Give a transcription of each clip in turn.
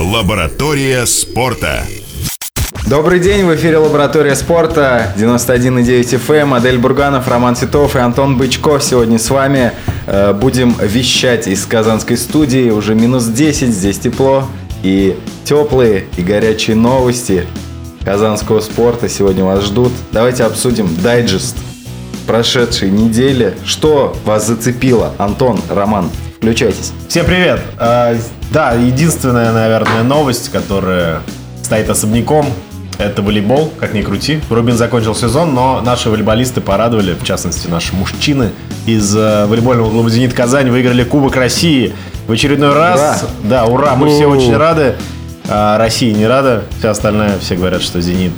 Лаборатория спорта. Добрый день, в эфире Лаборатория спорта, 91,9 FM, Адель Бурганов, Роман Титов и Антон Бычков сегодня с вами. Будем вещать из казанской студии, уже минус 10, здесь тепло, и теплые и горячие новости казанского спорта сегодня вас ждут. Давайте обсудим дайджест прошедшей недели. Что вас зацепило? Антон, Роман, включайтесь. Всем привет! Да, единственная, наверное, новость, которая стоит особняком, это волейбол, как ни крути. Рубин закончил сезон, но наши волейболисты порадовали, в частности, наши мужчины из волейбольного клуба «Зенит Казань» выиграли Кубок России в очередной раз. Ура! Да, ура! Мы все очень рады. Россия не рада. Вся остальная, все говорят, что «Зенит»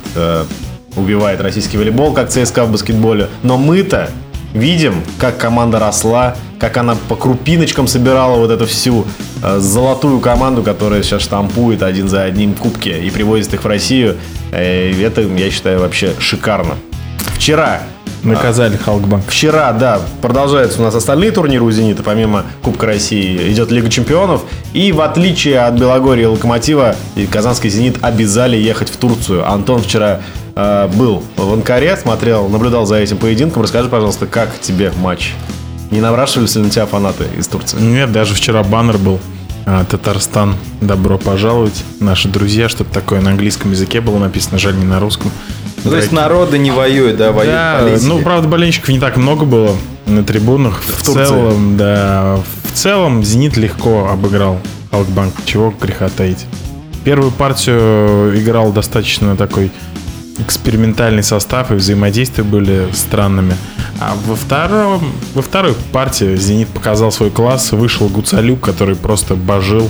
убивает российский волейбол, как ЦСКА в баскетболе. Но мы-то видим, как команда росла, как она по крупиночкам собирала вот эту всю золотую команду, которая сейчас штампует один за одним кубки и привозит их в Россию. Это, я считаю, вообще шикарно. Вчера наказали Халкбанк. Вчера, да, продолжаются у нас остальные турниры у «Зенита». Помимо Кубка России идет Лига чемпионов. И в отличие от Белогорья и Локомотива, казанский «Зенит» обязали ехать в Турцию. Антон вчера был в Анкаре, смотрел, наблюдал за этим поединком. Расскажи, пожалуйста, как тебе матч? Не напрашивались ли на тебя фанаты из Турции? Нет, даже вчера баннер был. Татарстан, добро пожаловать. Наши друзья, что-то такое на английском языке было написано, жаль, не на русском. Ну, то есть народы не воюют, да, воюют политики. Ну, правда, болельщиков не так много было на трибунах. В целом, да. В целом, «Зенит» легко обыграл Халкбанк. Чего греха таить. Первую партию играл достаточно такой экспериментальный состав, и взаимодействия были странными. А во второй партии «Зенит» показал свой класс. Вышел Гуцалюк, который просто божил,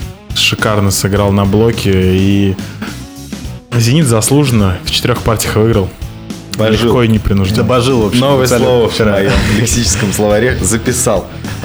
шикарно сыграл на блоке. И «Зенит» заслуженно в 4 партиях выиграл. Божил. Легко и непринужденно. Да, божил вообще. Новое слово вчера в моем лексическом словаре записал.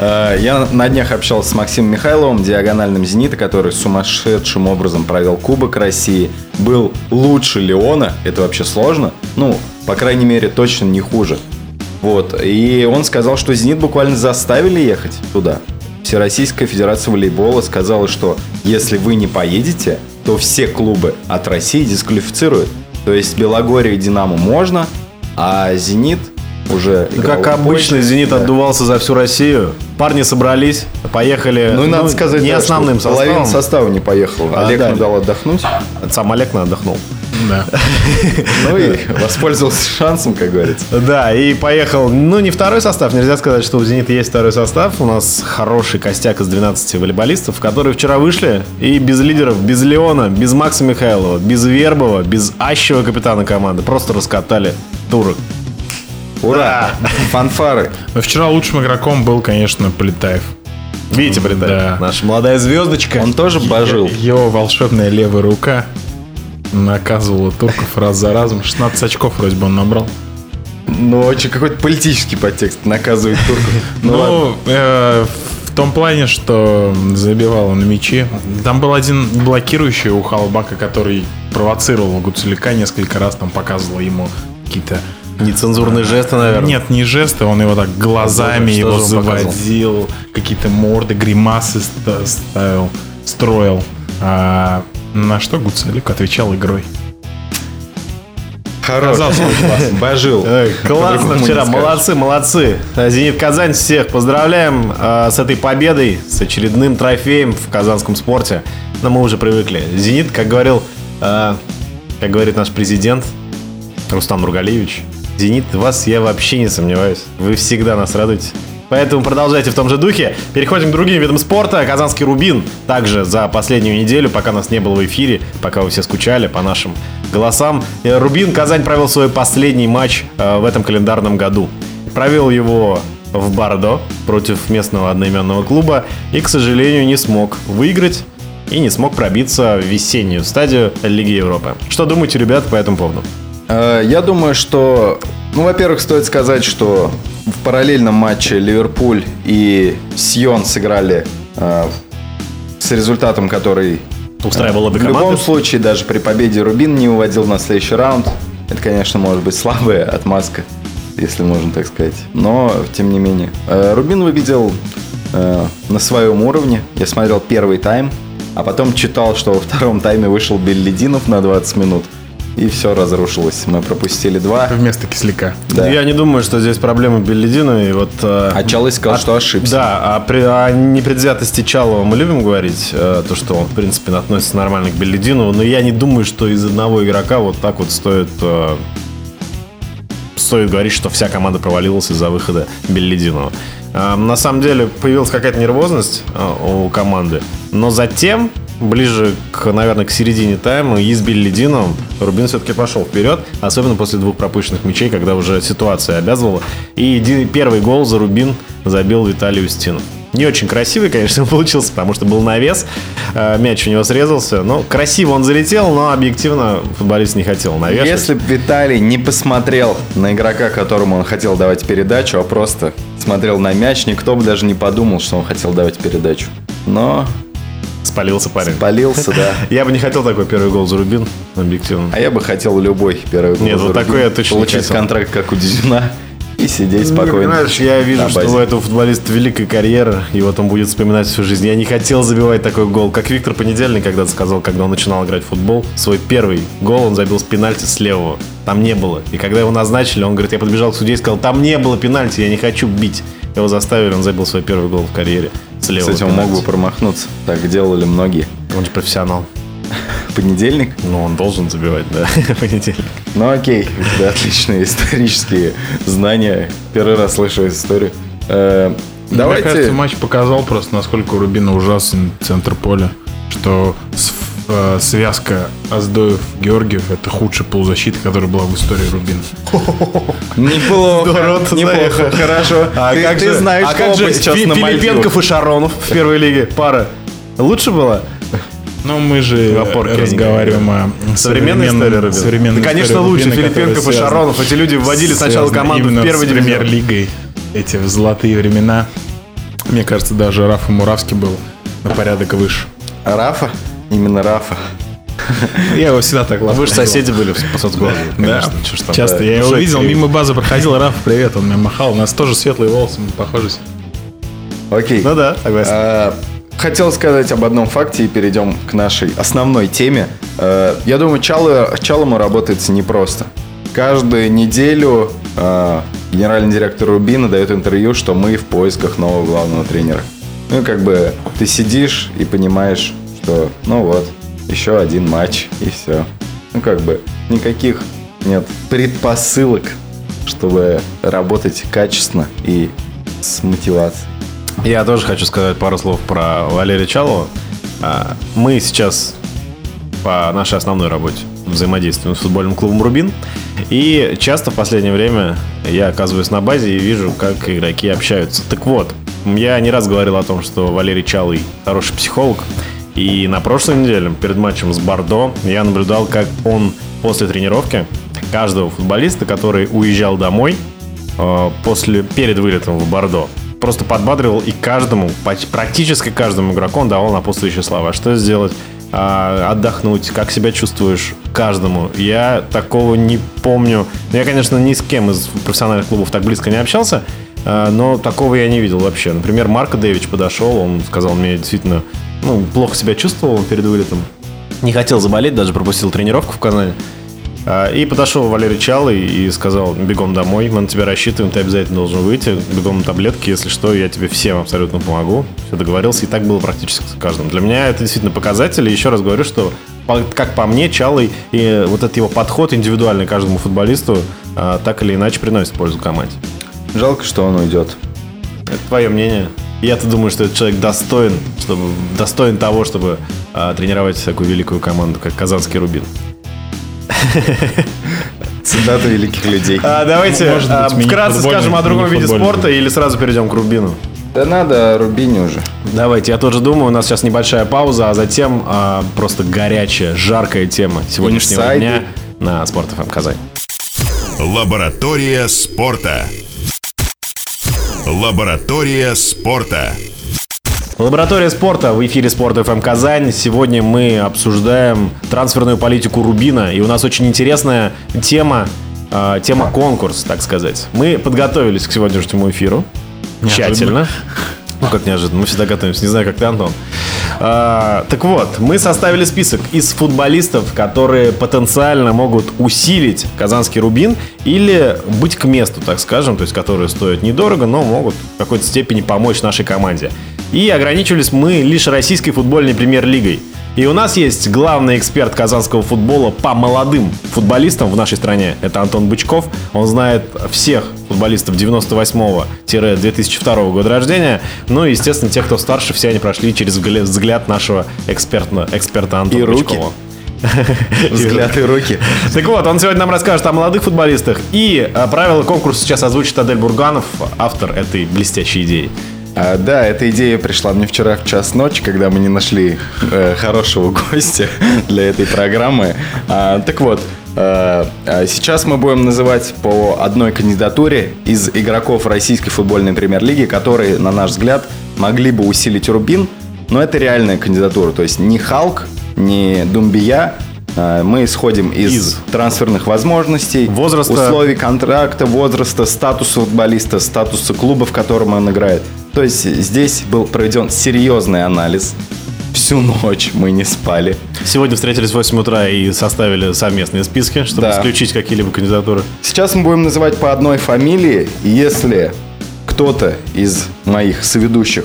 Я на днях общался с Максимом Михайловым, диагональным «Зенита», который сумасшедшим образом провел Кубок России. Был лучше Леона, это вообще сложно. Ну, по крайней мере, точно не хуже. Вот. И он сказал, что «Зенит» буквально заставили ехать туда. Всероссийская федерация волейбола сказала, что если вы не поедете, то все клубы от России дисквалифицируют. То есть Белогорье и Динамо можно, а «Зенит» уже играл. Как обычно, «Зенит» отдувался за всю Россию. Парни собрались, поехали. Ну и надо сказать, не да, основным составом. Половина состава не поехал. Олег да. дал отдохнуть. Сам Олег отдохнул. Да. Ну и воспользовался шансом, как говорится. Да, и поехал. Ну, не второй состав. Нельзя сказать, что у «Зенита» есть второй состав. У нас хороший костяк из 12 волейболистов, которые вчера вышли. И без лидеров, без Леона, без Макса Михайлова, без Вербова, без Ащева, капитана команды. Просто раскатали турок. Ура! Да. Фанфары. Но вчера лучшим игроком был, конечно, Полетаев. Видите, Полетаев? Да. Наша молодая звездочка. Он тоже божил. Его волшебная левая рука наказывала турков раз за разом. 16 очков вроде бы он набрал. Ну, очень какой-то политический подтекст наказывает турков. Ну, в том плане, что забивал он мячи. Там был один блокирующий у Халкбанка, который провоцировал Гуцуляка несколько раз, там показывал ему какие-то Нецензурные жесты, наверное. Нет, не жесты, он его так глазами Что его же он показывал? заводил, какие-то морды, гримасы ставил, строил. А на что Гуцуляк отвечал игрой. Хорош. Божил. Классно По-другому вчера, не скажешь. молодцы. «Зенит Казань», всех поздравляем с этой победой, с очередным трофеем в казанском спорте. Но мы уже привыкли. «Зенит», как говорит наш президент Рустам Нургалиевич, «Зенит», в вас я вообще не сомневаюсь. Вы всегда нас радуете. Поэтому продолжайте в том же духе. Переходим к другим видам спорта. Казанский «Рубин» также за последнюю неделю, пока нас не было в эфире, пока вы все скучали по нашим голосам. «Рубин» Казань провел свой последний матч в этом календарном году. Провел его в Бордо против местного одноименного клуба и, к сожалению, не смог выиграть и не смог пробиться в весеннюю стадию Лиги Европы. Что думаете, ребята, по этому поводу? Я думаю, что, во-первых, стоит сказать, что в параллельном матче Ливерпуль и Сьон сыграли с результатом, который Устраивал обе в команды? любом случае, даже при победе Рубин не уводил на следующий раунд. Это, конечно, может быть слабая отмазка, если можно так сказать. Но, тем не менее, Рубин выглядел на своем уровне. Я смотрел первый тайм. А потом читал, что во втором тайме вышел Беллидинов на 20 минут. И все разрушилось. Мы пропустили 2. Вместо Кисляка. Да. Я не думаю, что здесь проблема Беллидина. И вот, А Чалый сказал, что ошибся. Да, о непредвзятости Чалова мы любим говорить. То, что он, в принципе, относится нормально к Беллидину. Но я не думаю, что из одного игрока вот так вот стоит говорить, что вся команда провалилась из-за выхода Беллидинова. На самом деле появилась какая-то нервозность у команды. Но затем, ближе, наверное, к середине тайма, и с Беллидиновым Рубин все-таки пошел вперед. Особенно после 2 пропущенных мячей, когда уже ситуация обязывала. И первый гол за Рубин забил Виталий Устинов. Не очень красивый, конечно, получился, потому что был навес. Мяч у него срезался. Но красиво он залетел, но объективно футболист не хотел навешивать. Если бы Виталий не посмотрел на игрока, которому он хотел давать передачу, а просто смотрел на мяч, никто бы даже не подумал, что он хотел давать передачу. Но Спалился парень. спалился, да. Я бы не хотел такой первый гол за Рубин, объективно. А я бы хотел любой первый гол Нет, за вот Рубин. такой я точно не Получить хотел. контракт, как у Дизюна, и сидеть спокойно. Понимаешь, я вижу, на что базе. у этого футболиста великая карьера, и вот он будет вспоминать всю жизнь. Я не хотел забивать такой гол. Как Виктор Понедельник когда-то сказал, когда он начинал играть в футбол, свой первый гол он забил с пенальти с левого. Там не было. И когда его назначили, он говорит, я подбежал к судье и сказал, там не было пенальти, я не хочу бить. Его заставили, он забил свой первый гол в карьере с левого. Кстати, он мог бы промахнуться. Так делали многие. Он же профессионал. Понедельник? Ну, он должен забивать, да, Понедельник. Ну окей, у тебя отличные исторические знания. Первый раз слышу эту историю. Мне Давайте... кажется, матч показал просто, насколько у Рубина ужасен центр поля. Что связка Оздоев-Георгиев — это худшая полузащита, которая была в истории Рубина. Неплохо, Здорово, ты неплохо, знаешь. хорошо. Ты знаешь, как же сейчас на Филипенков и Шаронов в первой лиге пара лучше была? Но мы же В опорке разговариваем о Современная история Рубина? современной Да, конечно, истории лучше. Рубина, Филипенков которая и Шаронов. Эти люди вводили сначала связана команду в именно первый с дивизион. премьер-лигой. Эти золотые времена. Мне кажется, даже Рафа Муравский был на порядок выше. Рафа? Именно Рафа. Я его всегда так лапал. Вы же соседи были по соцгороду, Да, конечно. Чё ж там. часто. Я его Жек видел, и- мимо базы проходил. Раф, привет, он меня махал. У нас тоже светлые волосы, мы похожи. Окей. Ну да, согласен. Хотел сказать об одном факте и перейдем к нашей основной теме. Я думаю, Чалому работается непросто. Каждую неделю генеральный директор Рубина дает интервью, что мы в поисках нового главного тренера. Ну, как бы ты сидишь и понимаешь, что ну вот, еще один матч и все. Ну, как бы никаких нет предпосылок, чтобы работать качественно и с мотивацией. Я тоже хочу сказать пару слов про Валерия Чалова. Мы сейчас по нашей основной работе взаимодействуем с футбольным клубом «Рубин». И часто в последнее время я оказываюсь на базе и вижу, как игроки общаются. Так вот, я не раз говорил о том, что Валерий Чалый хороший психолог. И на прошлой неделе, перед матчем с Бордо, я наблюдал, как он после тренировки каждого футболиста, который уезжал домой перед вылетом в Бордо, просто подбадривал и практически каждому игроку он давал напутствующие слова. Что сделать? Отдохнуть, как себя чувствуешь, каждому. Я такого не помню. Я, конечно, ни с кем из профессиональных клубов так близко не общался, но такого я не видел вообще. Например, Марко Дэвич подошел, он сказал, мне действительно плохо себя чувствовал перед вылетом. Не хотел заболеть, даже пропустил тренировку в Казани. И подошел Валерий Чалый и сказал, бегом домой, мы на тебя рассчитываем, ты обязательно должен выйти, бегом на таблетки, если что, я тебе всем абсолютно помогу. Все, договорился, и так было практически с каждым. Для меня это действительно показатель, и еще раз говорю, что, как по мне, Чалый и вот этот его подход индивидуальный каждому футболисту так или иначе приносит пользу команде. Жалко, что он уйдет. Это твое мнение. Я-то думаю, что этот человек достоин того, чтобы тренировать такую великую команду, как казанский «Рубин». Цитаты великих людей. Давайте Может быть, вкратце мини-футбольный, скажем о другом виде мини-футбольный. спорта или сразу перейдем к «Рубину». Да надо о Рубине уже. Давайте, я тоже думаю, у нас сейчас небольшая пауза, а затем просто горячая, жаркая тема сегодняшнего Инсайды. дня на Спорт ФМ Казань. Лаборатория спорта. Лаборатория спорта. Лаборатория спорта в эфире Спорт ФМ Казань. Сегодня мы обсуждаем трансферную политику Рубина. И у нас очень интересная тема конкурс, так сказать. Мы подготовились к сегодняшнему эфиру. Неожиданно. Тщательно. Ну, как неожиданно. Мы всегда готовимся. Не знаю, как ты, Антон. Так вот, мы составили список из футболистов, которые потенциально могут усилить казанский «Рубин» или быть к месту, так скажем, то есть которые стоят недорого, но могут в какой-то степени помочь нашей команде. И ограничивались мы лишь российской футбольной премьер-лигой. И у нас есть главный эксперт казанского футбола по молодым футболистам в нашей стране. Это Антон Бычков. Он знает всех футболистов 98-2002 года рождения. Ну и, естественно, те, кто старше, все они прошли через взгляд нашего эксперта Антона и Бычкова. Взгляд и руки. Так вот, он сегодня нам расскажет о молодых футболистах. И правила конкурса сейчас озвучит Адель Бурганов, автор этой блестящей идеи. Да, эта идея пришла мне вчера в час ночи, когда мы не нашли хорошего гостя для этой программы. Так вот, сейчас мы будем называть по одной кандидатуре из игроков российской футбольной премьер-лиги, которые, на наш взгляд, могли бы усилить «Рубин». Но это реальная кандидатура, то есть не Халк, не Думбия. Мы исходим из трансферных возможностей, возраста, условий контракта, возраста, статуса футболиста, статуса клуба, в котором он играет. То есть здесь был проведен серьезный анализ. Всю ночь мы не спали. Сегодня встретились в 8 утра и составили совместные списки, чтобы исключить какие-либо кандидатуры. Сейчас мы будем называть по одной фамилии. И если кто-то из моих соведущих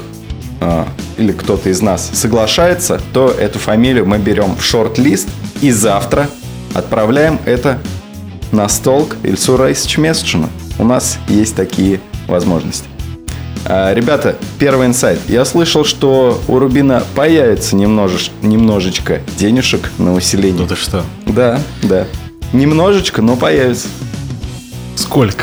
или кто-то из нас соглашается, то эту фамилию мы берем в шорт-лист и завтра отправляем это на стол к Ильсуру Раисовичу Месшину. У нас есть такие возможности. Ребята, первый инсайт. Я слышал, что у «Рубина» появится немножечко денежек на усиление. Ну ты что? Да. Немножечко, но появится. Сколько?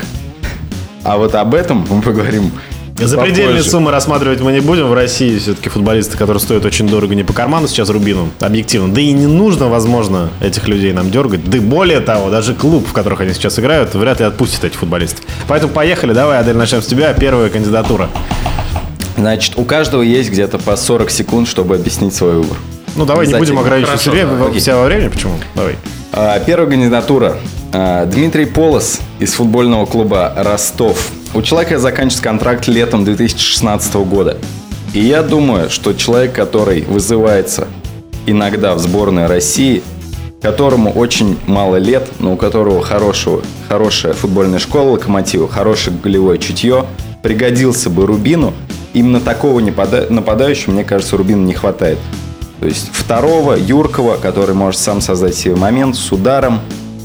А вот об этом мы поговорим Запредельные суммы рассматривать мы не будем. В России все-таки футболисты, которые стоят очень дорого, не по карману сейчас «Рубину», объективно. Да и не нужно, возможно, этих людей нам дергать. Да и более того, даже клуб, в которых они сейчас играют, вряд ли отпустит этих футболистов. Поэтому поехали. Давай, Адель, начнем с тебя. Первая кандидатура. Значит, у каждого есть где-то по 40 секунд, чтобы объяснить свой выбор. Ну, давай не будем ограничивать себя во времени. Почему? Давай. Первая кандидатура. Дмитрий Полос из футбольного клуба «Ростов». У человека заканчивается контракт летом 2016 года. И я думаю, что человек, который вызывается иногда в сборную России, которому очень мало лет, но у которого хорошая футбольная школа «Локомотива», хорошее голевое чутье, пригодился бы «Рубину». Именно такого нападающего, мне кажется, «Рубину» не хватает. То есть второго, юркого, который может сам создать себе момент с ударом.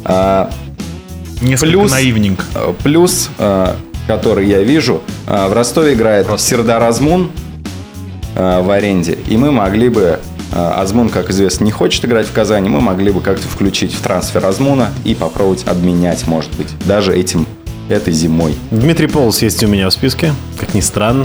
Несколько наивненько. Плюс, который я вижу, в Ростове играет Сердар Азмун в аренде. И мы могли бы... Азмун, как известно, не хочет играть в Казани. Мы могли бы как-то включить в трансфер Азмуна и попробовать обменять, может быть, даже этой зимой. Дмитрий Полос есть у меня в списке, как ни странно.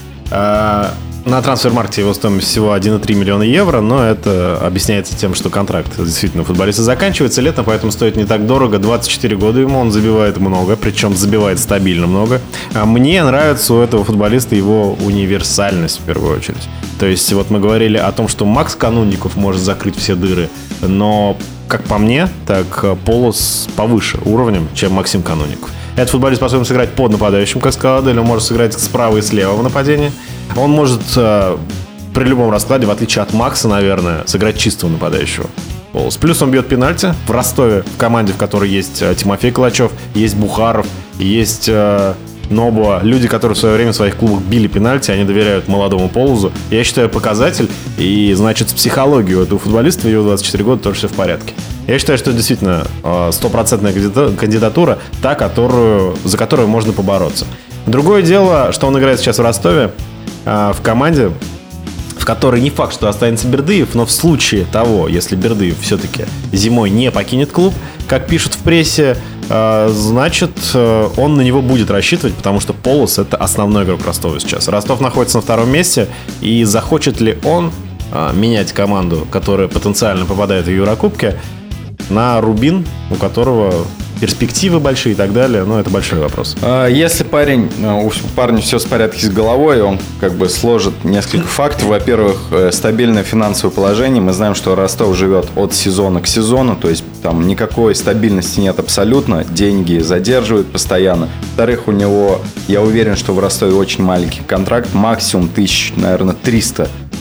На трансфер-маркете его стоимость всего 1,3 миллиона евро, но это объясняется тем, что контракт действительно футболиста заканчивается летом, поэтому стоит не так дорого. 24 года ему, он забивает много, причем забивает стабильно много. Мне нравится у этого футболиста его универсальность в первую очередь. То есть вот мы говорили о том, что Макс Канунников может закрыть все дыры, но как по мне, так Полос повыше уровнем, чем Максим Канунников. Этот футболист способен сыграть под нападающим, как сказал Адель. Он может сыграть справа и слева в нападении. Он может при любом раскладе, в отличие от Макса, наверное, сыграть чистого нападающего. Плюс он бьет пенальти. В Ростове, в команде, в которой есть Тимофей Калачев, есть Бухаров, есть Нобуа. Люди, которые в свое время в своих клубах били пенальти, они доверяют молодому Полозу. Я считаю, показатель. И, значит, с психологией у этого футболиста, его 24 года, тоже все в порядке. Я считаю, что это действительно стопроцентная кандидатура, та, за которую можно побороться. Другое дело, что он играет сейчас в Ростове, в команде, в которой не факт, что останется Бердыев, но в случае того, если Бердыев все-таки зимой не покинет клуб, как пишут в прессе, значит, он на него будет рассчитывать, потому что Полос — это основной игрок Ростова сейчас. Ростов находится на втором месте, и захочет ли он менять команду, которая потенциально попадает в Еврокубки, на Рубин, у которого перспективы большие и так далее, но это большой вопрос. Если у парня все в порядке с головой, он как бы сложит несколько фактов. Во-первых, стабильное финансовое положение. Мы знаем, что Ростов живет от сезона к сезону, то есть там никакой стабильности нет абсолютно. Деньги задерживают постоянно. Во-вторых, у него, я уверен, что в Ростове очень маленький контракт, максимум 1300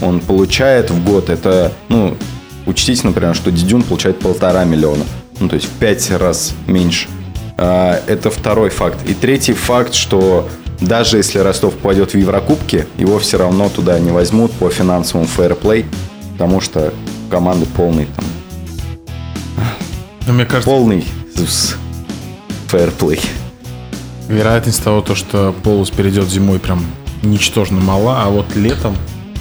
он получает в год, это, учтите, например, что Дидюн получает 1,5 миллиона. То есть в 5 раз меньше. Это второй факт. И третий факт, что даже если Ростов попадет в Еврокубки, его все равно туда не возьмут по финансовому фэрплей, потому что команды полный там. Мне кажется, полный фэрплей. Вероятность того, что Полус перейдет зимой, прям ничтожно мала, а вот летом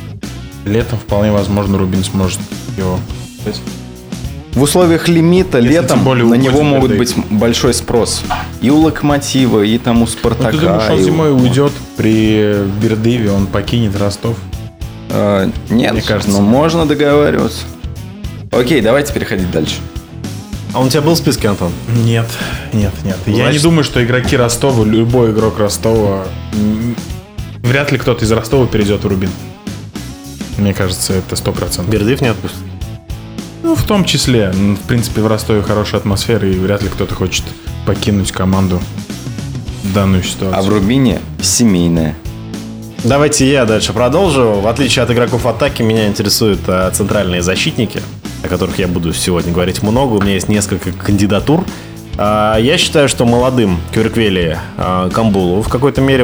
вполне возможно Рубин сможет его. В условиях лимита летом на него могут быть большой спрос. И у Локомотива, и там у Спартака. Ты думаешь, он зимой уйдет при Бердыеве, он покинет Ростов? Нет, мне кажется, можно договариваться. Окей, давайте переходить дальше. А он у тебя был в списке, Антон? Нет. Я не думаю, что игроки Ростова, любой игрок Ростова, вряд ли кто-то из Ростова перейдет в Рубин. Мне кажется, это 100%. Бердыев не отпустит? В том числе. В принципе, в Ростове хорошая атмосфера, и вряд ли кто-то хочет покинуть команду в данную ситуацию. А в Рубине семейная. Давайте я дальше продолжу. В отличие от игроков атаки, меня интересуют центральные защитники, о которых я буду сегодня говорить много. У меня есть несколько кандидатур. Я считаю, что молодым Кверквели, Камбулу в какой-то мере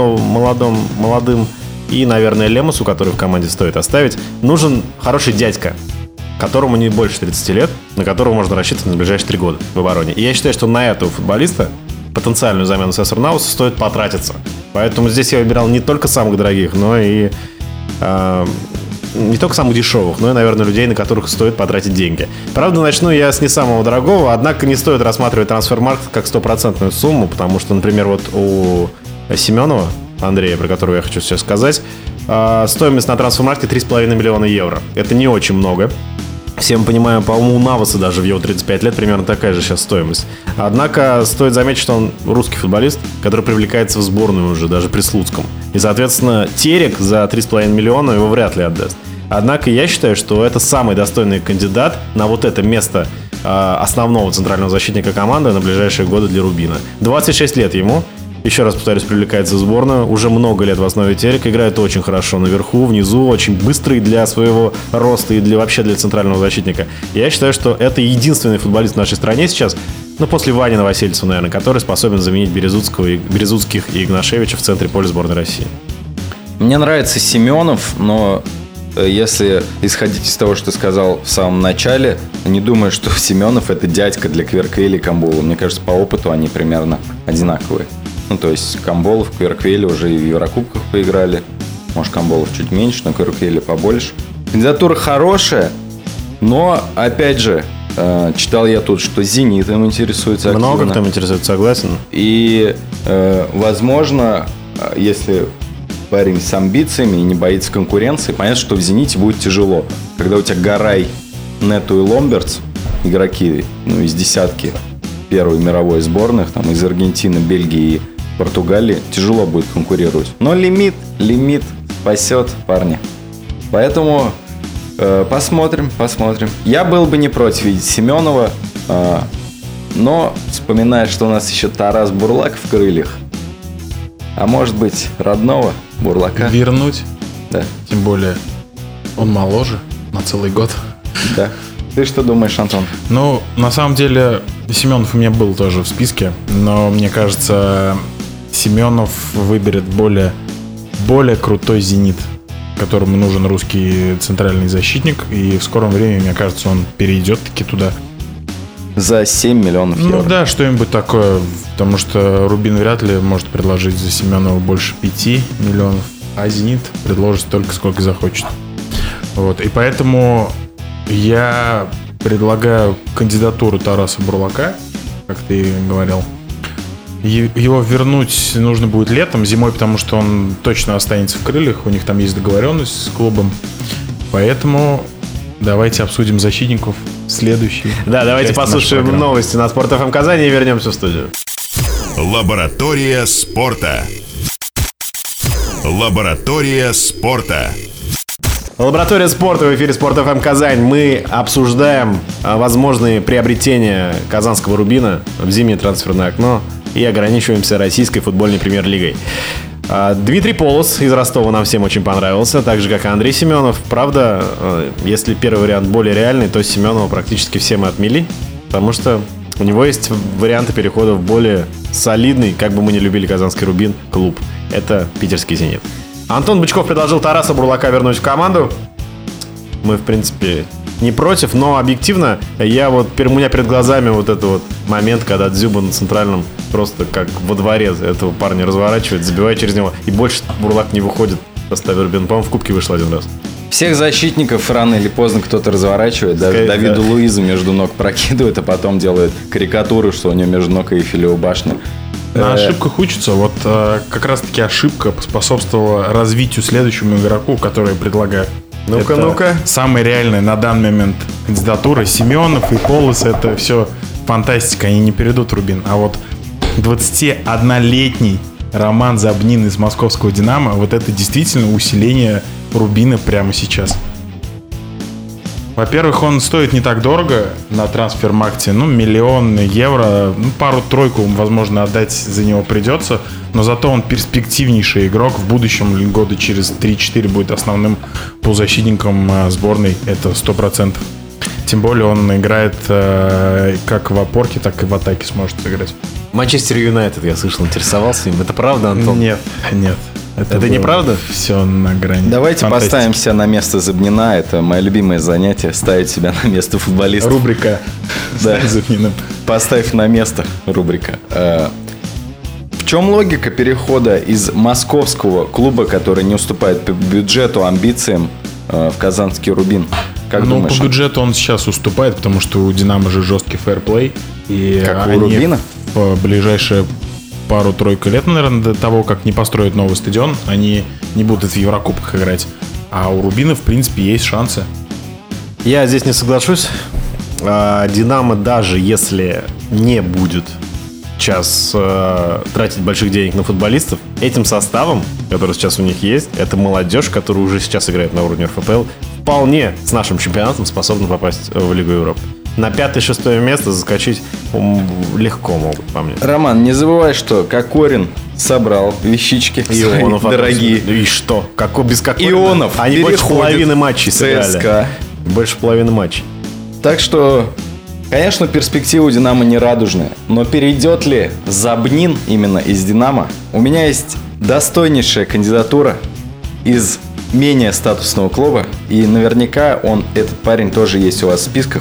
молодым и, наверное, Лемусу, который в команде стоит оставить, нужен хороший дядька, которому не больше 30 лет, на которого можно рассчитывать на ближайшие 3 года в обороне. И я считаю, что на этого футболиста потенциальную замену Сесар Наусу стоит потратиться. Поэтому здесь я выбирал не только самых дорогих, но и не только самых дешевых, но и, наверное, людей, на которых стоит потратить деньги. Правда, начну я с не самого дорогого, однако не стоит рассматривать Трансфермаркт как 100% сумму, потому что, например, вот у Семенова, Андрея, про которого я хочу сейчас сказать, стоимость на Трансфермаркте 3,5 миллиона евро. Это не очень много. Все мы понимаем, по-моему, у Наваса даже в его 35 лет примерно такая же сейчас стоимость. Однако стоит заметить, что он русский футболист, который привлекается в сборную уже, даже при Слуцком. И, соответственно, Терек за 3,5 миллиона его вряд ли отдаст. Однако я считаю, что это самый достойный кандидат на вот это место основного центрального защитника команды на ближайшие годы для Рубина. 26 лет ему. Еще раз повторюсь, привлекается в сборную. Уже много лет в основе Терек. Играет очень хорошо наверху, внизу. Очень быстрый для своего роста и вообще для центрального защитника. Я считаю, что это единственный футболист в нашей стране сейчас, после Вани Новосельцева, наверное, который способен заменить Березутских и Игнашевича в центре поля сборной России. Мне нравится Семенов, но если исходить из того, что ты сказал в самом начале, не думаю, что Семенов это дядька для Кверквели и Камбула. Мне кажется, по опыту они примерно одинаковые. То есть Камболов, Кверквели уже и в Еврокубках поиграли. Может, Камболов чуть меньше, но Кверквели побольше. Кандидатура хорошая, но, опять же, читал я тут, что «Зенит» им интересуется активно. Много кто им интересуется, согласен. И, возможно, если парень с амбициями и не боится конкуренции, понятно, что в «Зените» будет тяжело. Когда у тебя Гарай, Нету и Ломбертс, игроки из десятки первой мировой сборных, там из Аргентины, Бельгии и Португалии, тяжело будет конкурировать. Но лимит спасет парня. Поэтому посмотрим. Я был бы не против видеть Семенова, но вспоминая, что у нас еще Тарас Бурлак в крыльях, а может быть родного Бурлака. Вернуть? Да. Тем более он моложе на целый год. Да. Ты что думаешь, Антон? На самом деле, Семенов у меня был тоже в списке, но мне кажется, Семенов выберет более крутой «Зенит», которому нужен русский центральный защитник, и в скором времени, мне кажется, он перейдет таки туда. За 7 миллионов евро. Да, что-нибудь такое, потому что Рубин вряд ли может предложить за Семенова больше 5 миллионов, а «Зенит» предложит столько, сколько захочет. И поэтому я предлагаю кандидатуру Тараса Бурлака, как ты говорил. Его вернуть нужно будет летом, зимой, потому что он точно останется в крыльях. У них там есть договоренность с клубом. Поэтому давайте обсудим защитников следующий. Да, давайте послушаем новости на Спорт ФМ Казани и вернемся в студию. Лаборатория спорта. Лаборатория спорта. Лаборатория спорта в эфире Спорт ФМ Казань. Мы обсуждаем возможные приобретения казанского Рубина в зимнее трансферное окно и ограничиваемся российской футбольной премьер-лигой. Дмитрий Полос из Ростова нам всем очень понравился, так же, как и Андрей Семенов. Правда, если первый вариант более реальный, то Семенова практически все мы отмели, потому что у него есть варианты перехода в более солидный, как бы мы ни любили казанский «Рубин», клуб. Это питерский «Зенит». Антон Бычков предложил Тараса Бурлака вернуть в команду. Мы, в принципе, не против, но объективно у меня перед глазами вот этот вот момент, когда Дзюба на центральном просто как во дворе этого парня разворачивает, забивает через него, и больше Бурлак не выходит в составе «Рубина». По-моему, в Кубке вышел один раз. Всех защитников рано или поздно кто-то разворачивает. Давиду Луизу между ног прокидывает, а потом делает карикатуру, что у него между ног и Эйфелева башня. На ошибках учатся. Вот как раз-таки ошибка способствовала развитию следующему игроку, который предлагаю. Ну-ка. Самая реальная на данный момент кандидатура. Семенов и Полос — это все фантастика. Они не перейдут в «Рубин». А вот 21-летний Роман Забнин из московского «Динамо» — вот это действительно усиление «Рубина» прямо сейчас. Во-первых, он стоит не так дорого на Трансфермаркте. 1 миллион евро. Пару-тройку, возможно, отдать за него придется. Но зато он перспективнейший игрок. В будущем, года через 3-4, будет основным полузащитником сборной. Это 100%. Тем более он играет как в опорке, так и в атаке сможет сыграть. Манчестер Юнайтед, я слышал, интересовался им. Это правда, Антон? Нет. Это неправда? Все на грани. Давайте поставим себя на место Забнина. Это мое любимое занятие — ставить себя на место футболиста. Рубрика «Ставь Забнина». Поставь на место, рубрика. В чем логика перехода из московского клуба, который не уступает по бюджету, амбициям, в казанский «Рубин»? Как думаешь? По бюджету он сейчас уступает, потому что у «Динамо» же жесткий фэрплей. И как у «Рубина»? В ближайшие пару-тройку лет, наверное, до того, как не построят новый стадион, они не будут в Еврокубках играть. А у «Рубина», в принципе, есть шансы. Я здесь не соглашусь. «Динамо», даже если не будет сейчас тратить больших денег на футболистов, этим составом, который сейчас у них есть, это молодежь, которая уже сейчас играет на уровне РФПЛ, вполне с нашим чемпионатом способна попасть в Лигу Европы. На 5-6 место заскочить легко могут, по мне. Роман, не забывай, что Кокорин собрал вещички Ионов дорогие. И что? Без Кокорина? Ионов они больше половины матчей сыграли. ЦСКА. Больше половины матчей. Так что, конечно, перспектива у «Динамо» не радужная. Но перейдет ли Забнин именно из «Динамо»? У меня есть достойнейшая кандидатура из менее статусного клуба. И наверняка этот парень тоже есть у вас в списках.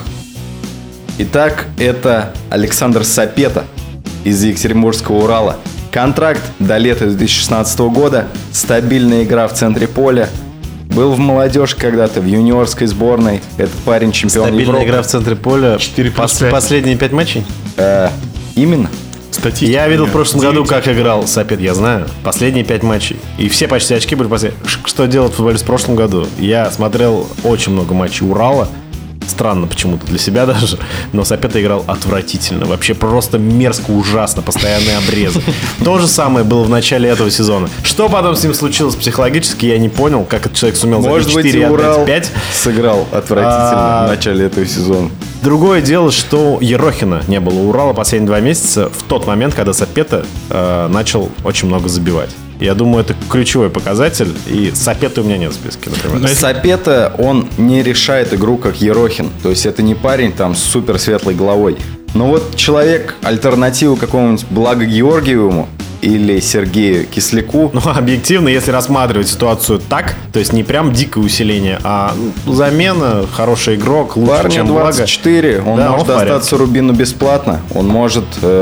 Итак, это Александр Сапета из Екатеринбургского «Урала». Контракт до лета 2016 года. Стабильная игра в центре поля. Был в молодежи когда-то, в юниорской сборной. Этот парень чемпион Европы. Стабильная игра в центре поля. 4+5. Последние 5 матчей? Именно. Статистика. Я видел в прошлом году, как играл Сапет, я знаю. Последние 5 матчей. И все почти очки были последние. Что делал футболист в прошлом году? Я смотрел очень много матчей «Урала». Странно почему-то для себя даже. Но Сапета играл отвратительно. Вообще просто мерзко, ужасно. Постоянные обрезы. То же самое было в начале этого сезона. Что потом с ним случилось психологически, я не понял. Как этот человек сумел забить 4 и отдать 5. Сыграл отвратительно в начале этого сезона. Другое дело, что Ерохина не было у «Урала» последние 2 месяца, в тот момент, когда Сапета начал очень много забивать. Я думаю, это ключевой показатель, и Сапета у меня нет в списке, например. Сапета, он не решает игру, как Ерохин. То есть это не парень там с супер светлой головой. Но вот человек, альтернативу какому-нибудь Благо Георгиевому или Сергею Кисляку. Ну, объективно, если рассматривать ситуацию так, то есть не прям дикое усиление, а замена, хороший игрок, лучше, парню чем Благо. 24, он может остаться «Рубину» бесплатно. Он может...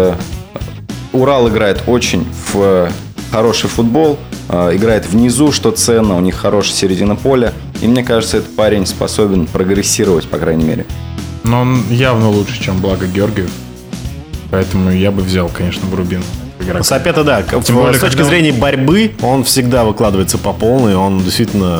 «Урал» играет очень в хороший футбол, играет внизу, что ценно, у них хорошая середина поля. И мне кажется, этот парень способен прогрессировать, по крайней мере. Но он явно лучше, чем Благо Георгиев. Поэтому я бы взял, конечно, «Рубин». Сапета, да. С точки зрения борьбы, он всегда выкладывается по полной. Он действительно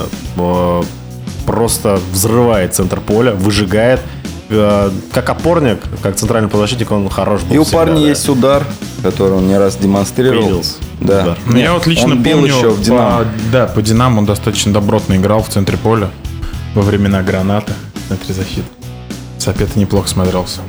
просто взрывает центр поля, выжигает. Как опорник, как центральный полузащитник, он хорош был. И у парня есть удар, который он не раз демонстрировал. Виделся. Да. Я вот лично помню, еще в «Динамо». по «Динамо» он достаточно добротно играл в центре поля во времена «Граната» в центре защиты. Сапета неплохо смотрелся.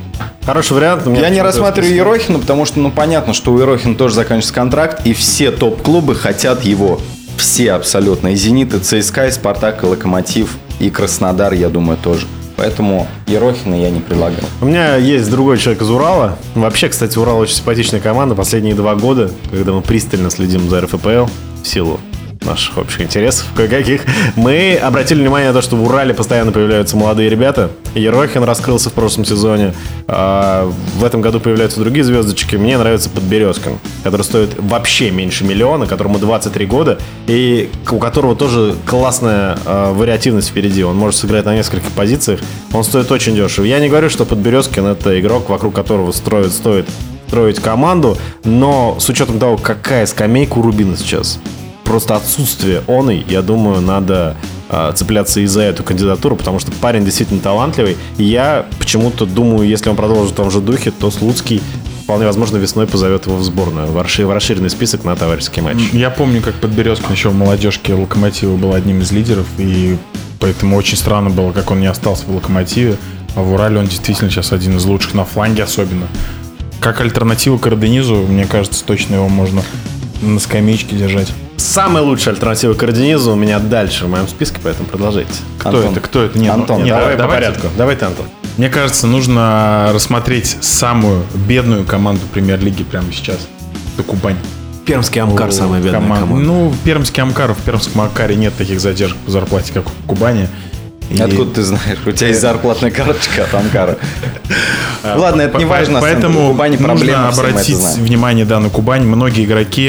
Хороший вариант. Я не рассматриваю Ерохина, потому что, понятно, что у Ерохина тоже заканчивается контракт, и все топ-клубы хотят его. Все абсолютно. И «Зенит», и ЦСКА, и «Спартак», и «Локомотив», и «Краснодар», я думаю, тоже. Поэтому Ерохина я не предлагал. У меня есть другой человек из Урала. Вообще, кстати, Урал очень симпатичная команда. Последние 2 года, когда мы пристально следим за РФПЛ в силу наших общих интересов кое-каких, мы обратили внимание на то, что в Урале постоянно появляются молодые ребята. Ерохин раскрылся в прошлом сезоне. В этом году появляются другие звездочки. Мне нравится Подберезкин, который стоит вообще меньше миллиона, которому 23 года, и у которого тоже классная вариативность впереди. Он может сыграть на нескольких позициях. Он стоит очень дешево. Я не говорю, что Подберезкин — это игрок, вокруг которого стоит строить команду, но с учетом того, какая скамейка у Рубина сейчас, просто отсутствие оной, я думаю, надо цепляться и за эту кандидатуру, потому что парень действительно талантливый. И я почему-то думаю, если он продолжит в том же духе, то Слуцкий вполне возможно весной позовет его в сборную, в расширенный список на товарищеский матч. Я помню, как Подберезкин еще в молодежке «Локомотива» был одним из лидеров, и поэтому очень странно было, как он не остался в «Локомотиве», а в «Урале» он действительно сейчас один из лучших, на фланге особенно. Как альтернативу к Роденизу, мне кажется, точно его можно на скамеечке держать. Самая лучшая альтернатива к Роденизу у меня дальше в моем списке, поэтому продолжайте. Кто это? Нет, Антон, нет, Давай по давайте. порядку. Давай ты, Антон. Мне кажется, нужно рассмотреть самую бедную команду премьер-лиги прямо сейчас. Это Кубань. Пермский Амкар самая бедная команда. Пермский Амкар. В Пермском Амкаре нет таких задержек по зарплате, как в Кубани. И... Откуда ты знаешь? У тебя есть зарплатная карточка от Амкара. Ладно, это не важно. Поэтому нужно обратить внимание на Кубань. Многие игроки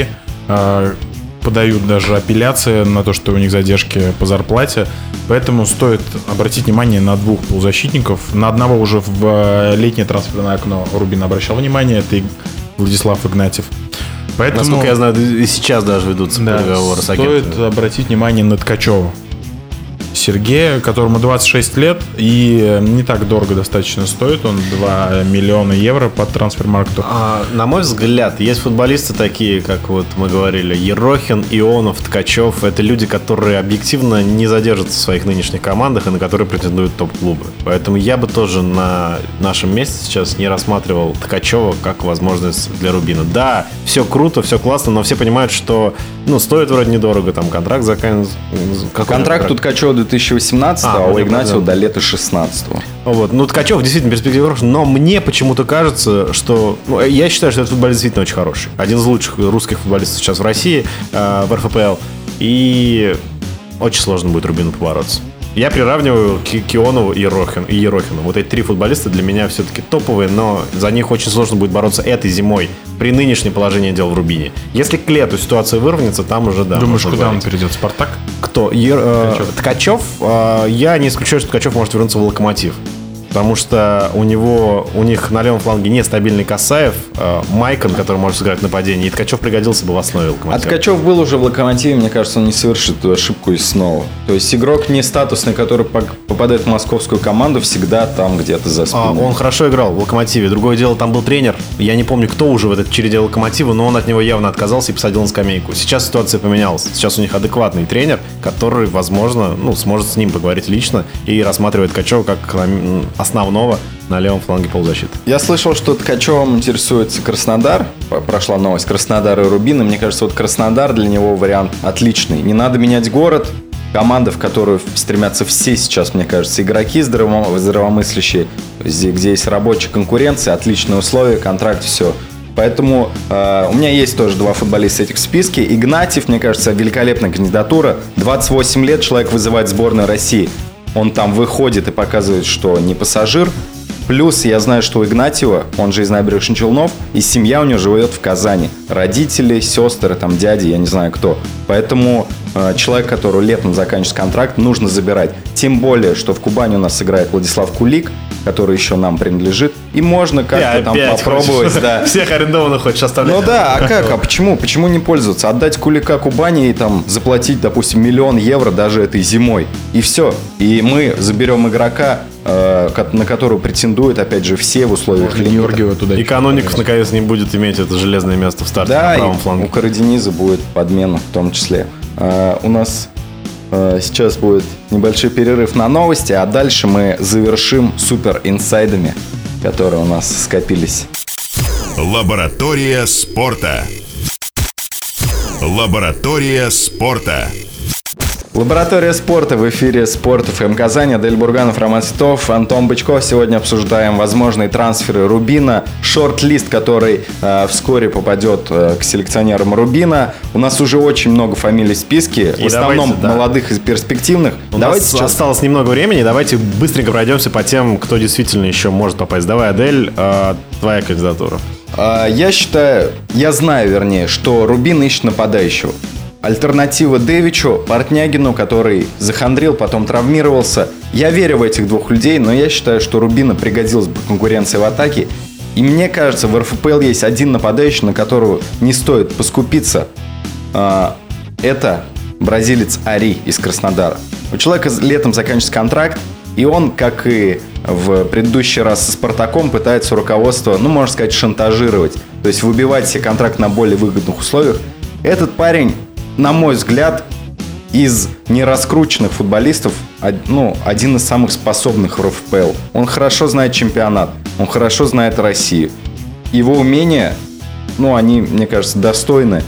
подают даже апелляции на то, что у них задержки по зарплате. Поэтому стоит обратить внимание на 2 полузащитников. На одного уже в летнее трансферное окно Рубин обращал внимание. Это Владислав Игнатьев. Поэтому, насколько я знаю, и сейчас даже ведутся переговоры с агентами. Стоит обратить внимание на Ткачева Сергея, которому 26 лет и не так дорого достаточно стоит. Он 2 миллиона евро по трансфер-маркту. На мой взгляд, есть футболисты такие, как вот мы говорили, Ерохин, Ионов, Ткачев. Это люди, которые объективно не задержатся в своих нынешних командах и на которые претендуют топ-клубы. Поэтому я бы тоже на нашем месте сейчас не рассматривал Ткачева как возможность для Рубина. Да, все круто, все классно, но все понимают, что стоит вроде недорого, там контракт заканчивается. Контракт у Ткачева 2018, у Игнатьева до лета 2016. Вот. Ткачев действительно перспектива хорошая, но мне почему-то кажется, что... я считаю, что этот футболист действительно очень хороший. Один из лучших русских футболистов сейчас в России, в РФПЛ. И очень сложно будет Рубину побороться. Я приравниваю к Ионову и Ерохину. Вот эти 3 футболиста для меня все-таки топовые, но за них очень сложно будет бороться этой зимой при нынешнем положении дел в Рубине. Если к лету ситуация выровняется, там уже да. Думаешь, куда он перейдет? Спартак? Кто? Ткачев? Я не исключаю, что Ткачев может вернуться в Локомотив. Потому что у них на левом фланге нестабильный Касаев, Майкон, который может сыграть в нападении, и Ткачев пригодился бы в основе Локомотива. А Ткачев был уже в Локомотиве, мне кажется, он не совершит эту ошибку и снова. То есть игрок не статусный, который попадает в московскую команду, всегда там где-то за спиной. Он хорошо играл в Локомотиве. Другое дело, там был тренер. Я не помню, кто уже в этой череде Локомотива, но он от него явно отказался и посадил на скамейку. Сейчас ситуация поменялась. Сейчас у них адекватный тренер, который, возможно, сможет с ним поговорить лично и рассматривает Ткачева как основного на левом фланге полузащиты. Я слышал, что Ткачевым интересуется Краснодар. Прошла новость Краснодар и Рубин. И мне кажется, вот Краснодар для него вариант отличный. Не надо менять город. Команда, в которую стремятся все сейчас, мне кажется, игроки здравомыслящие, где есть рабочая конкуренция, отличные условия, контракт, все. Поэтому у меня есть тоже 2 футболиста этих в списке. Игнатьев, мне кажется, великолепная кандидатура. 28 лет человек вызывает сборную России. Он там выходит и показывает, что не пассажир. Плюс я знаю, что у Игнатьева, он же из Набережных Челнов, и семья у него живет в Казани. Родители, сестры, там дяди, я не знаю кто. Поэтому человек, который летом заканчивает контракт, нужно забирать. Тем более, что в Кубани у нас играет Владислав Кулик, который еще нам принадлежит. И можно как-то там попробовать. Да. Всех арендованных хочешь оставлять. Ну да, а как? А почему? Почему не пользоваться? Отдать Кулика Кубани и там заплатить, допустим, 1 000 000 евро даже этой зимой. И все. И мы заберем игрока, на которого претендуют, опять же, все в условиях лимита. И Каноников, наконец, не будет иметь это железное место в старте да, на правом фланге. У Карадениза будет подмена в том числе. У нас сейчас будет небольшой перерыв на новости, а дальше мы завершим супер инсайдами которые у нас скопились. Лаборатория спорта. Лаборатория спорта. Лаборатория спорта в эфире Спорт ФМ Казань. Адель Бурганов, Роман Титов, Антон Бычков. Сегодня обсуждаем возможные трансферы Рубина. Шорт-лист, который вскоре попадет к селекционерам Рубина. У нас уже очень много фамилий в списке. В основном молодых и перспективных. У нас осталось немного времени. Давайте быстренько пройдемся по тем, кто действительно еще может попасть. Давай, Адель, твоя кандидатура. Я знаю, что Рубин ищет нападающего. Альтернатива Дэвичу, Портнягину, который захандрил, потом травмировался. Я верю в этих двух людей, но я считаю, что Рубину пригодилась бы конкуренция в атаке. И мне кажется, в РФПЛ есть один нападающий, на которого не стоит поскупиться. Это бразилец Ари из Краснодара. У человека летом заканчивается контракт, и он, как и в предыдущий раз со Спартаком, пытается руководство, можно сказать, шантажировать. То есть выбивать себе контракт на более выгодных условиях. Этот парень, на мой взгляд, из нераскрученных футболистов, один из самых способных в РФПЛ. Он хорошо знает чемпионат, он хорошо знает Россию. Его умения, они, мне кажется, достойны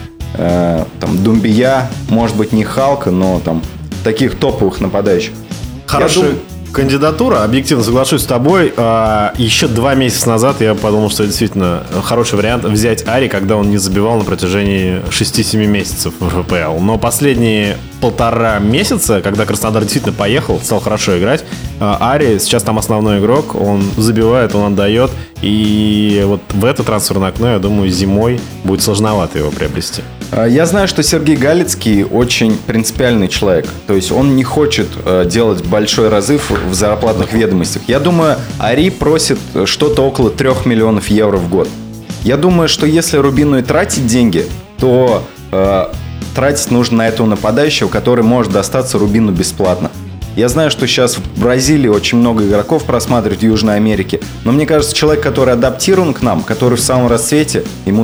Думбия, может быть, не Халка, но таких топовых нападающих. Хорошая кандидатура, объективно соглашусь с тобой. Еще 2 месяца назад я подумал, что это действительно хороший вариант взять Ари, когда он не забивал на протяжении 6-7 месяцев в РФПЛ. Но последние 1,5 месяца, когда Краснодар действительно поехал, стал хорошо играть, Ари сейчас там основной игрок, он забивает, он отдает. И вот в это трансферное окно, я думаю, зимой будет сложновато его приобрести. Я знаю, что Сергей Галицкий очень принципиальный человек. То есть он не хочет делать большой разрыв в зарплатных ведомостях. Я думаю, Ари просит что-то около 3 миллионов евро в год. Я думаю, что если Рубину и тратить деньги, то тратить нужно на этого нападающего, который может достаться Рубину бесплатно. Я знаю, что сейчас в Бразилии очень много игроков просматривают в Южной Америке, но мне кажется, человек, который адаптирован к нам, который в самом расцвете, ему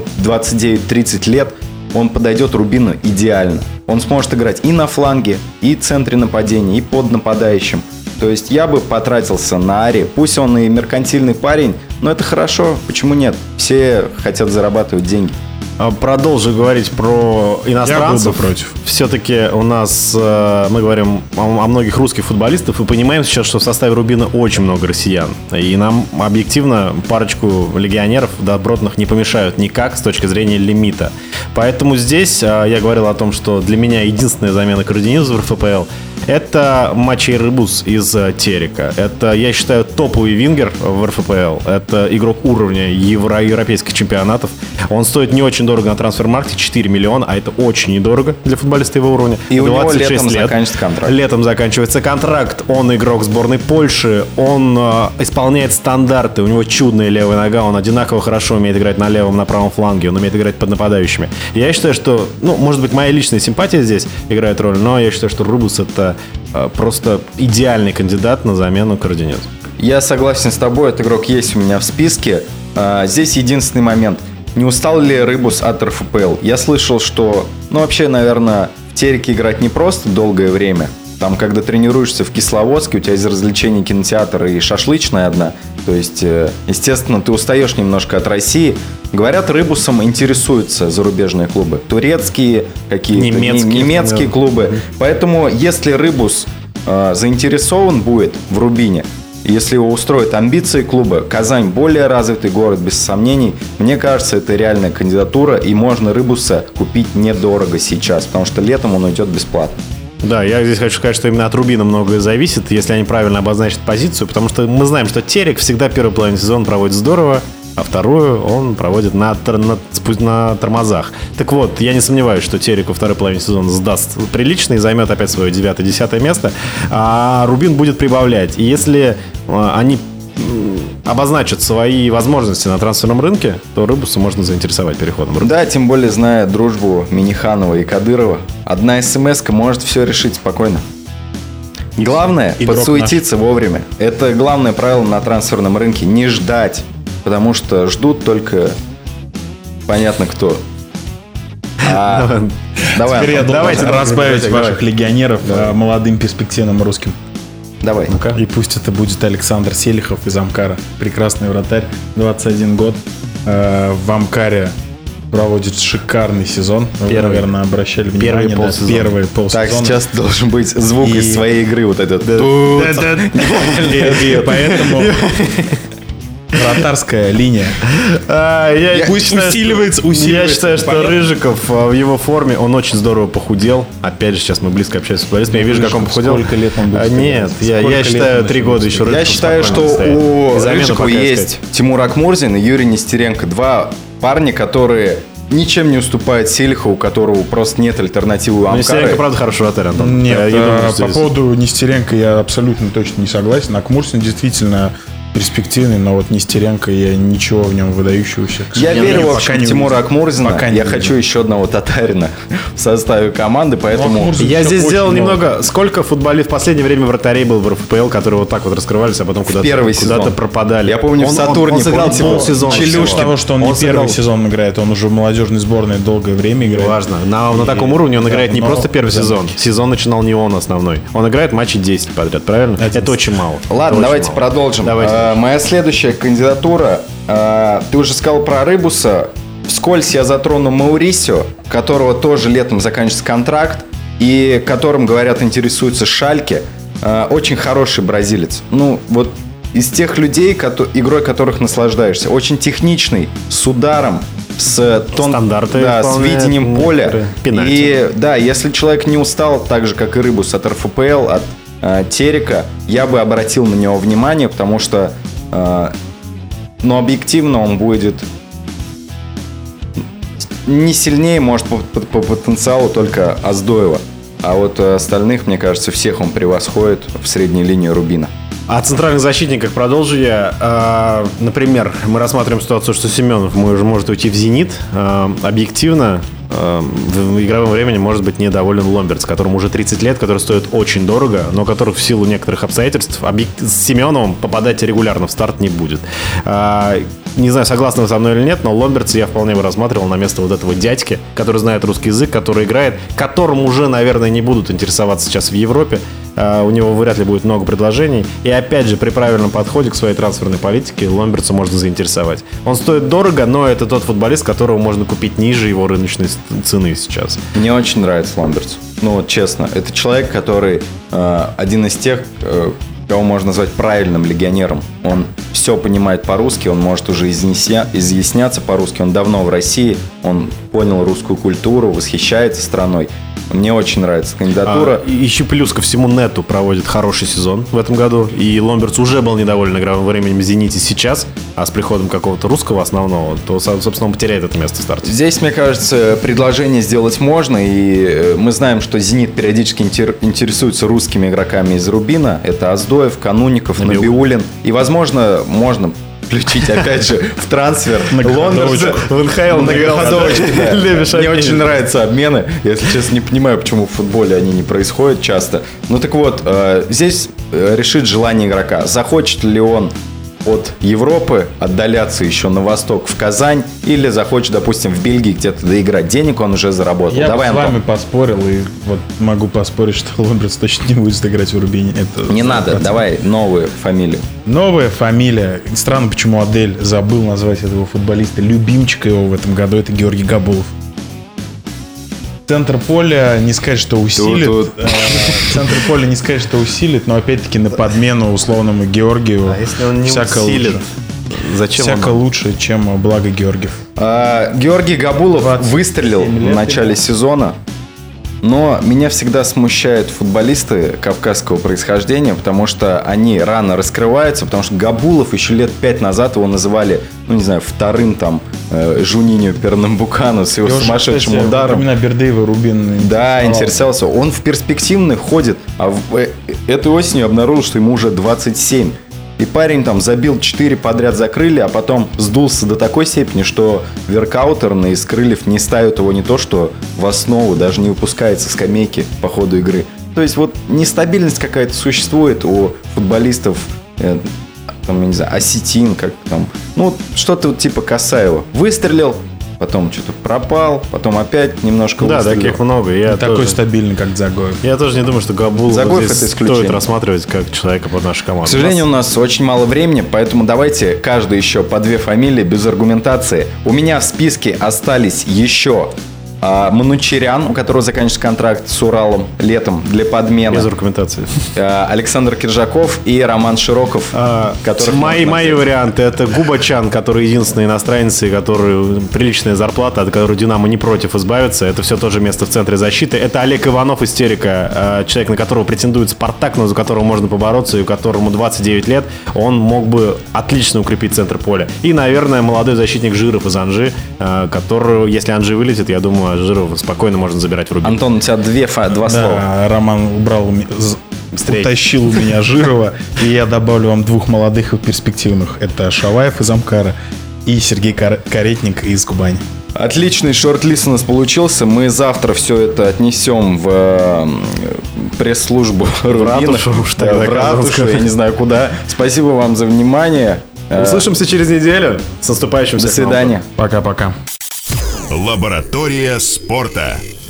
29-30 лет, он подойдет Рубину идеально. Он сможет играть и на фланге, и в центре нападения, и под нападающим. То есть я бы потратился на Ари. Пусть он и меркантильный парень, но это хорошо, почему нет? Все хотят зарабатывать деньги. Продолжу говорить про иностранцев. Я был бы против. Все-таки у нас, мы говорим о многих русских футболистах и понимаем сейчас, что в составе Рубина очень много россиян. И нам объективно парочку легионеров добротных не помешают никак с точки зрения лимита. Поэтому здесь я говорил о том, что для меня единственная замена Карденизу в РФПЛ — это Мачей Рыбус из Терека. Это, я считаю, топовый вингер в РФПЛ. Это игрок уровня европейских чемпионатов. Он стоит не очень дорого на трансфер-маркете, 4 миллиона, а это очень недорого для футболиста его уровня. И у него летом заканчивается контракт. Летом заканчивается контракт. Он игрок сборной Польши. Он исполняет стандарты. У него чудная левая нога. Он одинаково хорошо умеет играть на левом, на правом фланге. Он умеет играть под нападающими. Я считаю, что, может быть, моя личная симпатия здесь играет роль, но я считаю, что Рыбус — это просто идеальный кандидат на замену Карденизу. Я согласен с тобой, этот игрок есть у меня в списке. Здесь единственный момент. Не устал ли Рыбус от РФПЛ? Я слышал, что, вообще, наверное, в Тереке играть не просто долгое время. Там, когда тренируешься в Кисловодске, у тебя из развлечений кинотеатр и шашлычная одна. То есть, естественно, ты устаешь немножко от России. Говорят, Рыбусом интересуются зарубежные клубы. Турецкие, какие-то немецкие клубы. Поэтому, если Рыбус заинтересован будет в Рубине, если его устроят амбиции клуба, Казань более развитый город, без сомнений. Мне кажется, это реальная кандидатура, и можно Рыбуса купить недорого сейчас, потому что летом он уйдет бесплатно. Да, я здесь хочу сказать, что именно от Рубина многое зависит, если они правильно обозначат позицию, потому что мы знаем, что Терек всегда первую половину сезона проводит здорово, а вторую он проводит на тормозах. Так вот, я не сомневаюсь, что Терек во второй половине сезона сдаст прилично и займет опять свое 9-10 место, а Рубин будет прибавлять. И если они обозначат свои возможности на трансферном рынке, то Рыбуса можно заинтересовать переходом. Да, тем более, зная дружбу Миниханова и Кадырова, одна смс-ка может все решить спокойно. Главное — подсуетиться вовремя. Это главное правило на трансферном рынке. Не ждать. Потому что ждут только понятно кто. Давайте разбавить ваших легионеров молодым перспективным русским. Давай. И пусть это будет Александр Селихов из Амкара. Прекрасный вратарь, 21 год. В Амкаре проводит шикарный сезон. Вы, наверное, обращали внимание. Первый полсезона. Так, сейчас должен быть звук из своей игры. Вот этот. И поэтому вратарская линия усиливается. Я считаю, что Рыжиков в его форме, он очень здорово похудел. Опять же, сейчас мы близко общаемся с футболистами. Я вижу, как он похудел. Сколько лет он будет? Нет, я считаю, 3 года еще Рыжиков. Я считаю, что у Рыжикова есть Тимур Акмурзин и Юрий Нестеренко. Два парня, которые ничем не уступают Селихову, у которого просто нет альтернативы у Амкара. Нестеренко, правда, хороший вратарь, Антон. Нет, по поводу Нестеренко я абсолютно точно не согласен. Акмурзин действительно перспективный, но вот Нестеренко, я ничего в нем выдающегося. Я верю, в общем, Тимура Акмурзина. Я хочу еще одного татарина в составе команды, поэтому... Я здесь сделал немного... Сколько футболистов в последнее время вратарей был в РФПЛ, которые вот так вот раскрывались, а потом куда-то пропадали. Я помню, в Сатурне, он сыграл полсезона. Челюшки. Того, что он не первый сезон играет, он уже в молодежной сборной долгое время играет. Важно. На таком уровне он играет не просто первый сезон. Сезон начинал не он основной. Он играет матчи 10 подряд, правильно? Это очень мало. Ладно, давайте продолжим. Моя следующая кандидатура. Ты уже сказал про Рыбуса. Вскользь я затрону Маурисио, которого тоже летом заканчивается контракт, и которым, говорят, интересуется Шальке. Очень хороший бразилец. Ну, вот из тех людей, игрой которых наслаждаешься. Очень техничный, с ударом, с видением поля. Пенальти. И да, если человек не устал, так же, как и Рыбус, от РФПЛ, от Терека, я бы обратил на него внимание, потому что объективно он будет не сильнее, может, по потенциалу только Оздоева. А вот остальных, мне кажется, всех он превосходит в средней линии Рубина. О центральных защитниках продолжу я. Например, мы рассматриваем ситуацию, что Семенов может уйти в «Зенит». Объективно, в игровом времени может быть недоволен Ломбертс, которому уже 30 лет, который стоит очень дорого, но который в силу некоторых обстоятельств с Семеновым попадать регулярно в старт не будет. Не знаю, согласны вы со мной или нет, но Ломбертса я вполне бы рассматривал на место вот этого дядьки, который знает русский язык, который играет, которым уже, наверное, не будут интересоваться сейчас в Европе. У него вряд ли будет много предложений. И опять же, при правильном подходе к своей трансферной политике Ломбертса можно заинтересовать. Он стоит дорого, но это тот футболист, которого можно купить ниже его рыночной цены сейчас. Мне очень нравится Ломбертс. Ну вот честно, это человек, который один из тех, кого можно назвать правильным легионером. Он все понимает по-русски, он может уже изъясняться по-русски. Он давно в России, он понял русскую культуру, восхищается страной. Мне очень нравится кандидатура. Еще плюс ко всему Нету проводит хороший сезон в этом году. И Ломбертс уже был недоволен игровым временем в «Зените» сейчас. А с приходом какого-то русского основного, то, собственно, он потеряет это место в старте. Здесь, мне кажется, предложение сделать можно. И мы знаем, что «Зенит» периодически интересуется русскими игроками из «Рубина». Это Оздоев, Кануников, Набиуллин. И, возможно, можно включить, опять же, в трансфер Ломбертса в НХЛ многоходовочки. Мне очень нравятся обмены. Я, если честно, не понимаю, почему в футболе они не происходят часто. Ну так вот, здесь решит желание игрока. Захочет ли он от Европы отдаляться еще на восток, в Казань, или захочет, допустим, в Бельгии где-то доиграть. Денег он уже заработал. Я Давай, с вами поспорил, и вот могу поспорить, что Ломбертс точно не будет играть в Рубине. Это не надо, давай новую фамилию. Новая фамилия. Странно, почему Адель забыл назвать этого футболиста. Любимчика его в этом году — это Георгий Габулов. Центр поля не сказать, что усилит. Центр поля не сказать, что усилит, но опять-таки на подмену условному Георгию. А если он не усилит? Зачем всяко лучше, чем Благо Георгиев. Георгий Габулов выстрелил в начале сезона. Но меня всегда смущают футболисты кавказского происхождения, потому что они рано раскрываются, потому что Габулов еще лет 5 назад его называли, вторым там Жуниньо Пернамбукану с его сумасшедшим ударом. Именно Бердыева, Рубин. Да, интересовался. Он в перспективных ходит, а этой осенью обнаружил, что ему уже 27. И парень там забил 4 подряд за крылья, а потом сдулся до такой степени, что веркаутерные из крыльев не ставят его не то что в основу, даже не выпускается с скамейки по ходу игры. То есть вот нестабильность какая-то существует у футболистов, осетин, как там, что-то типа Касаева. Выстрелил, потом что-то пропал, потом опять немножко Да, выстрелил. таких много. Я Такой тоже, стабильный, как Дзагоев. я тоже не думаю, что Габулова Загоев здесь это исключение. стоит рассматривать как человека под нашу команду. К сожалению, у нас очень мало времени, поэтому давайте каждый еще по 2 фамилии без аргументации. У меня в списке остались еще Манучерян, у которого заканчивается контракт с Уралом летом для подмены. Без аргументации. Александр Киржаков и Роман Широков. которых Мои можно взять. варианты — это Губачан, который единственный иностранец, и который приличная зарплата, от которой Динамо не против избавиться. Это все тоже место в центре защиты. Это Олег Иванов, истерика, человек, на которого претендует Спартак, но за которого можно побороться, и у которому 29 лет. Он мог бы отлично укрепить центр поля. И, наверное, молодой защитник Жиров из Анжи, который, если Анжи вылетит, я думаю, Жирова спокойно можно забирать в Рубин. Антон, у тебя два слова. Да, Роман убрал, утащил у меня Жирова, и я добавлю вам 2 молодых и перспективных. Это Шаваев из Амкара и Сергей Каретник из Кубани. Отличный шорт-лист у нас получился. Мы завтра все это отнесем в пресс-службу Рубина. ратушу, уж тогда, в ратушу, казанскую. я не знаю куда. Спасибо вам за внимание. Услышимся через неделю. С наступающим. До свидания. Пока-пока. Лаборатория спорта.